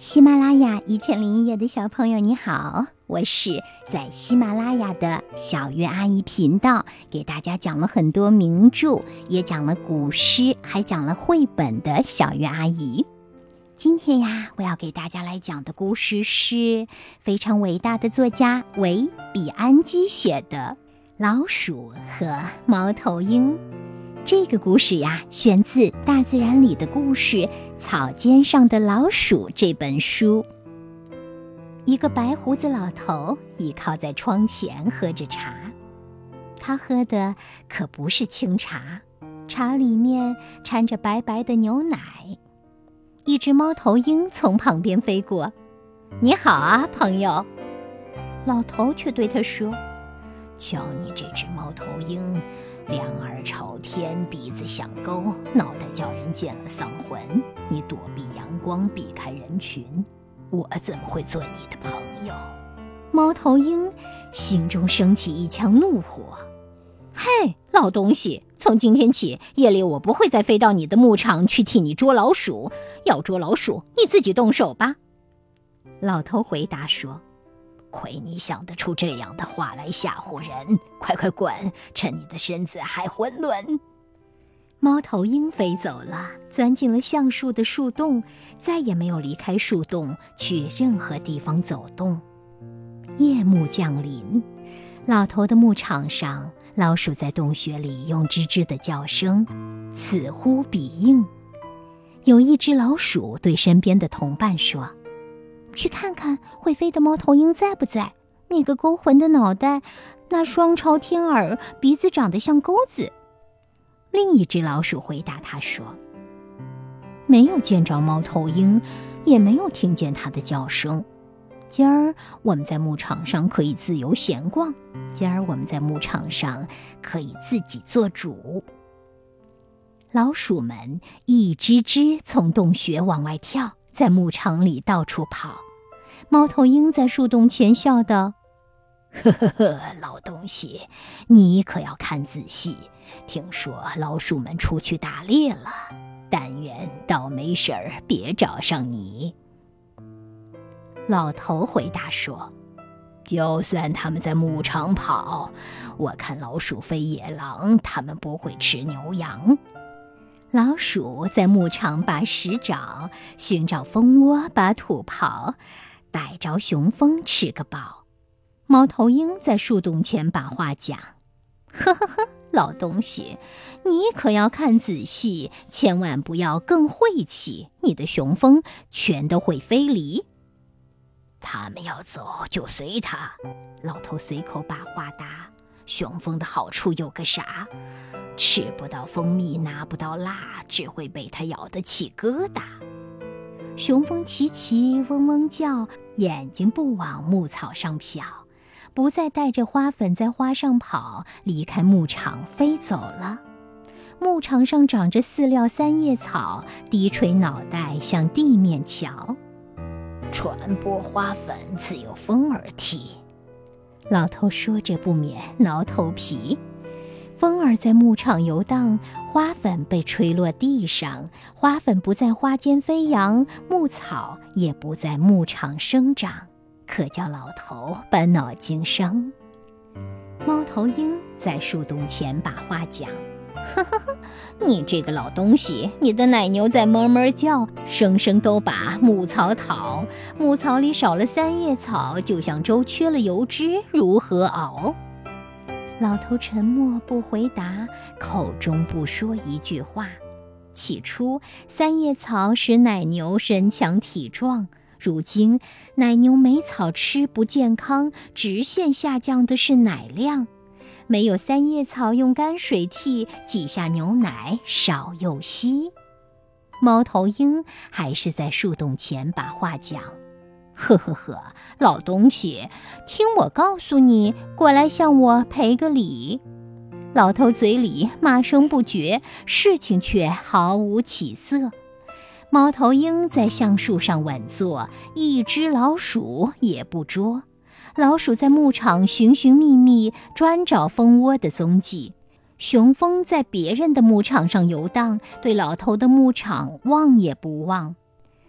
喜马拉雅1001的小朋友你好，我是在喜马拉雅的小月阿姨频道，给大家讲了很多名著，也讲了古诗，还讲了绘本的小月阿姨。今天呀，我要给大家来讲的故事是非常伟大的作家维比安基写的《老鼠和猫头鹰》。这个故事呀，选自《大自然里的故事：草尖上的老鼠》这本书。一个白胡子老头倚靠在窗前喝着茶，他喝的可不是清茶，茶里面掺着白白的牛奶。一只猫头鹰从旁边飞过，你好啊，朋友。老头却对他说，瞧你这只猫头鹰，两耳朝天，鼻子像钩，脑袋叫人见了丧魂。你躲避阳光，避开人群，我怎么会做你的朋友？猫头鹰心中升起一腔怒火。嘿，老东西，从今天起，夜里我不会再飞到你的牧场去替你捉老鼠。要捉老鼠，你自己动手吧。老头回答说，亏你想得出这样的话来吓唬人，快快滚，趁你的身子还混沌。猫头鹰飞走了，钻进了橡树的树洞，再也没有离开树洞去任何地方走动。夜幕降临，老头的牧场上，老鼠在洞穴里用吱吱的叫声，此呼彼应。有一只老鼠对身边的同伴说，去看看会飞的猫头鹰在不在，那个勾魂的脑袋，那双朝天耳，鼻子长得像钩子。另一只老鼠回答他说，没有见着猫头鹰，也没有听见它的叫声。今儿我们在牧场上可以自由闲逛，今儿我们在牧场上可以自己做主。老鼠们一只只从洞穴往外跳，在牧场里到处跑。猫头鹰在树洞前笑道，呵呵呵，老东西，你可要看仔细，听说老鼠们出去打猎了，但愿倒霉事儿别找上你。老头回答说，就算他们在牧场跑，我看老鼠飞野狼，他们不会吃牛羊。老鼠在牧场把屎找，寻找蜂窝把土刨，逮着雄蜂吃个饱。猫头鹰在树洞前把话讲，呵呵呵，老东西，你可要看仔细，千万不要更晦气，你的雄蜂全都会飞离。他们要走就随他，老头随口把话答，雄蜂的好处有个啥？吃不到蜂蜜，拿不到蜡，只会被它咬得起疙瘩。雄蜂齐齐嗡嗡叫，眼睛不往牧草上瞟，不再带着花粉在花上跑，离开牧场飞走了。牧场上长着饲料三叶草，低垂脑袋向地面瞧。传播花粉自有风儿踢。老头说着不免挠头皮。风儿在牧场游荡，花粉被吹落地上，花粉不在花间飞扬，牧草也不在牧场生长，可叫老头把脑筋伤。猫头鹰在树洞前把话讲，呵呵呵，你这个老东西，你的奶牛在哞哞叫，生生都把牧草讨，牧草里少了三叶草，就像粥缺了油脂，如何熬？老头沉默不回答，口中不说一句话。起初三叶草使奶牛身强体壮，如今奶牛没草吃不健康，直线下降的是奶量。没有三叶草用泔水替，挤下牛奶少又稀。猫头鹰还是在树洞前把话讲，呵呵呵，老东西，听我告诉你，过来向我赔个礼。老头嘴里骂声不绝，事情却毫无起色。猫头鹰在橡树上稳坐，一只老鼠也不捉。老鼠在牧场寻寻觅觅，专找蜂窝的踪迹。雄蜂在别人的牧场上游荡，对老头的牧场望也不望。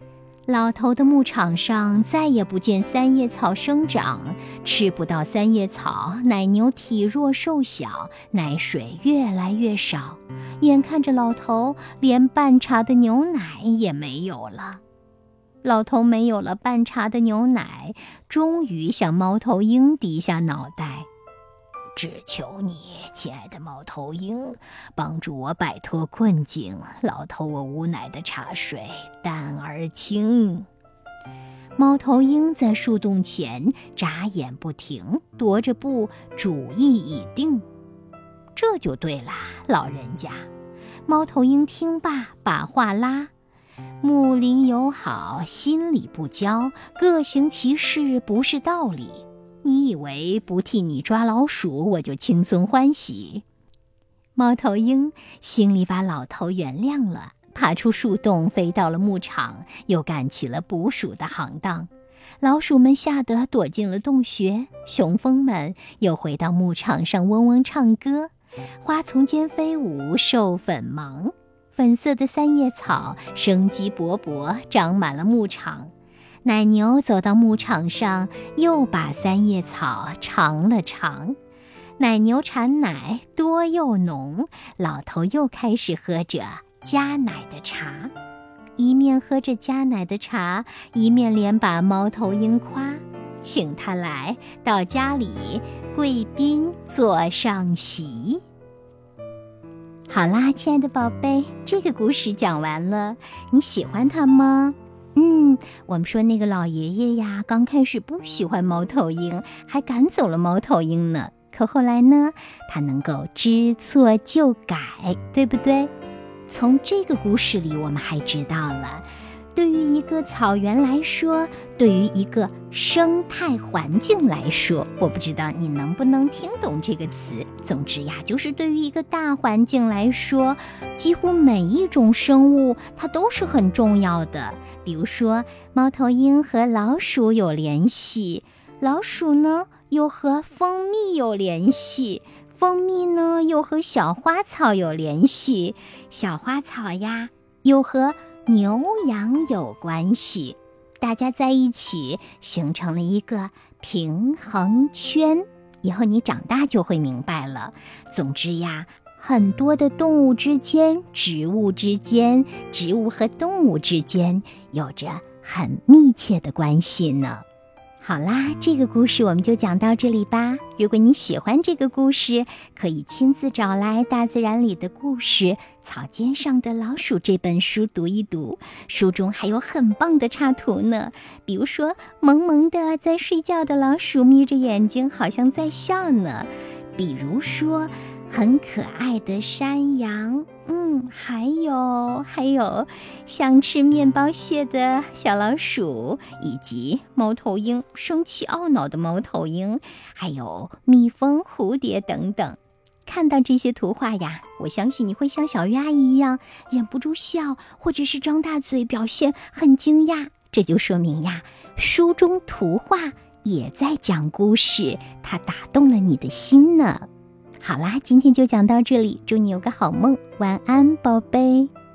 老头的牧场上再也不见三叶草生长，吃不到三叶草，奶牛体弱瘦小，奶水越来越少，眼看着老头连半茶的牛奶也没有了。老头没有了半茶的牛奶，终于向猫头鹰低下脑袋：只求你，亲爱的猫头鹰，帮助我摆脱困境，老头我无奶的茶水淡而清。猫头鹰在树洞前眨眼不停，踱着步，主意已定。这就对了，老人家。猫头鹰听罢，把话拉：木林友好，心里不交，各行其事不是道理。你以为不替你抓老鼠，我就轻松欢喜？猫头鹰心里把老头原谅了，爬出树洞，飞到了牧场，又干起了捕鼠的行当。老鼠们吓得躲进了洞穴，雄蜂们又回到牧场上嗡嗡唱歌，花丛间飞舞，授粉忙。粉色的三叶草生机勃勃，长满了牧场。奶牛走到牧场上，又把三叶草尝了尝。奶牛产奶多又浓，老头又开始喝着加奶的茶。一面喝着加奶的茶，一面连把猫头鹰夸，请他来到家里，贵宾坐上席。好啦，亲爱的宝贝，这个故事讲完了，你喜欢它吗？我们说那个老爷爷呀，刚开始不喜欢猫头鹰，还赶走了猫头鹰呢。可后来呢，他能够知错就改，对不对？从这个故事里，我们还知道了，对于一个草原来说，对于一个生态环境来说，我不知道你能不能听懂这个词。总之呀，就是对于一个大环境来说，几乎每一种生物它都是很重要的。比如说，猫头鹰和老鼠有联系，老鼠呢又和蜂蜜有联系，蜂蜜呢又和小花草有联系，小花草呀又和牛羊有关系，大家在一起形成了一个平衡圈。以后你长大就会明白了。总之呀，很多的动物之间、植物之间、植物和动物之间有着很密切的关系呢。好啦，这个故事我们就讲到这里吧。如果你喜欢这个故事，可以亲自找来《大自然里的故事：草尖上的老鼠》这本书读一读，书中还有很棒的插图呢。比如说，萌萌的在睡觉的老鼠眯着眼睛，好像在笑呢。比如说，很可爱的山羊，还有想吃面包屑的小老鼠，以及猫头鹰，生气懊恼的猫头鹰，还有蜜蜂、蝴蝶等等。看到这些图画呀，我相信你会像小鱼阿姨一样忍不住笑，或者是张大嘴表现很惊讶。这就说明呀，书中图画也在讲故事，它打动了你的心呢。好啦，今天就讲到这里，祝你有个好梦，晚安，宝贝。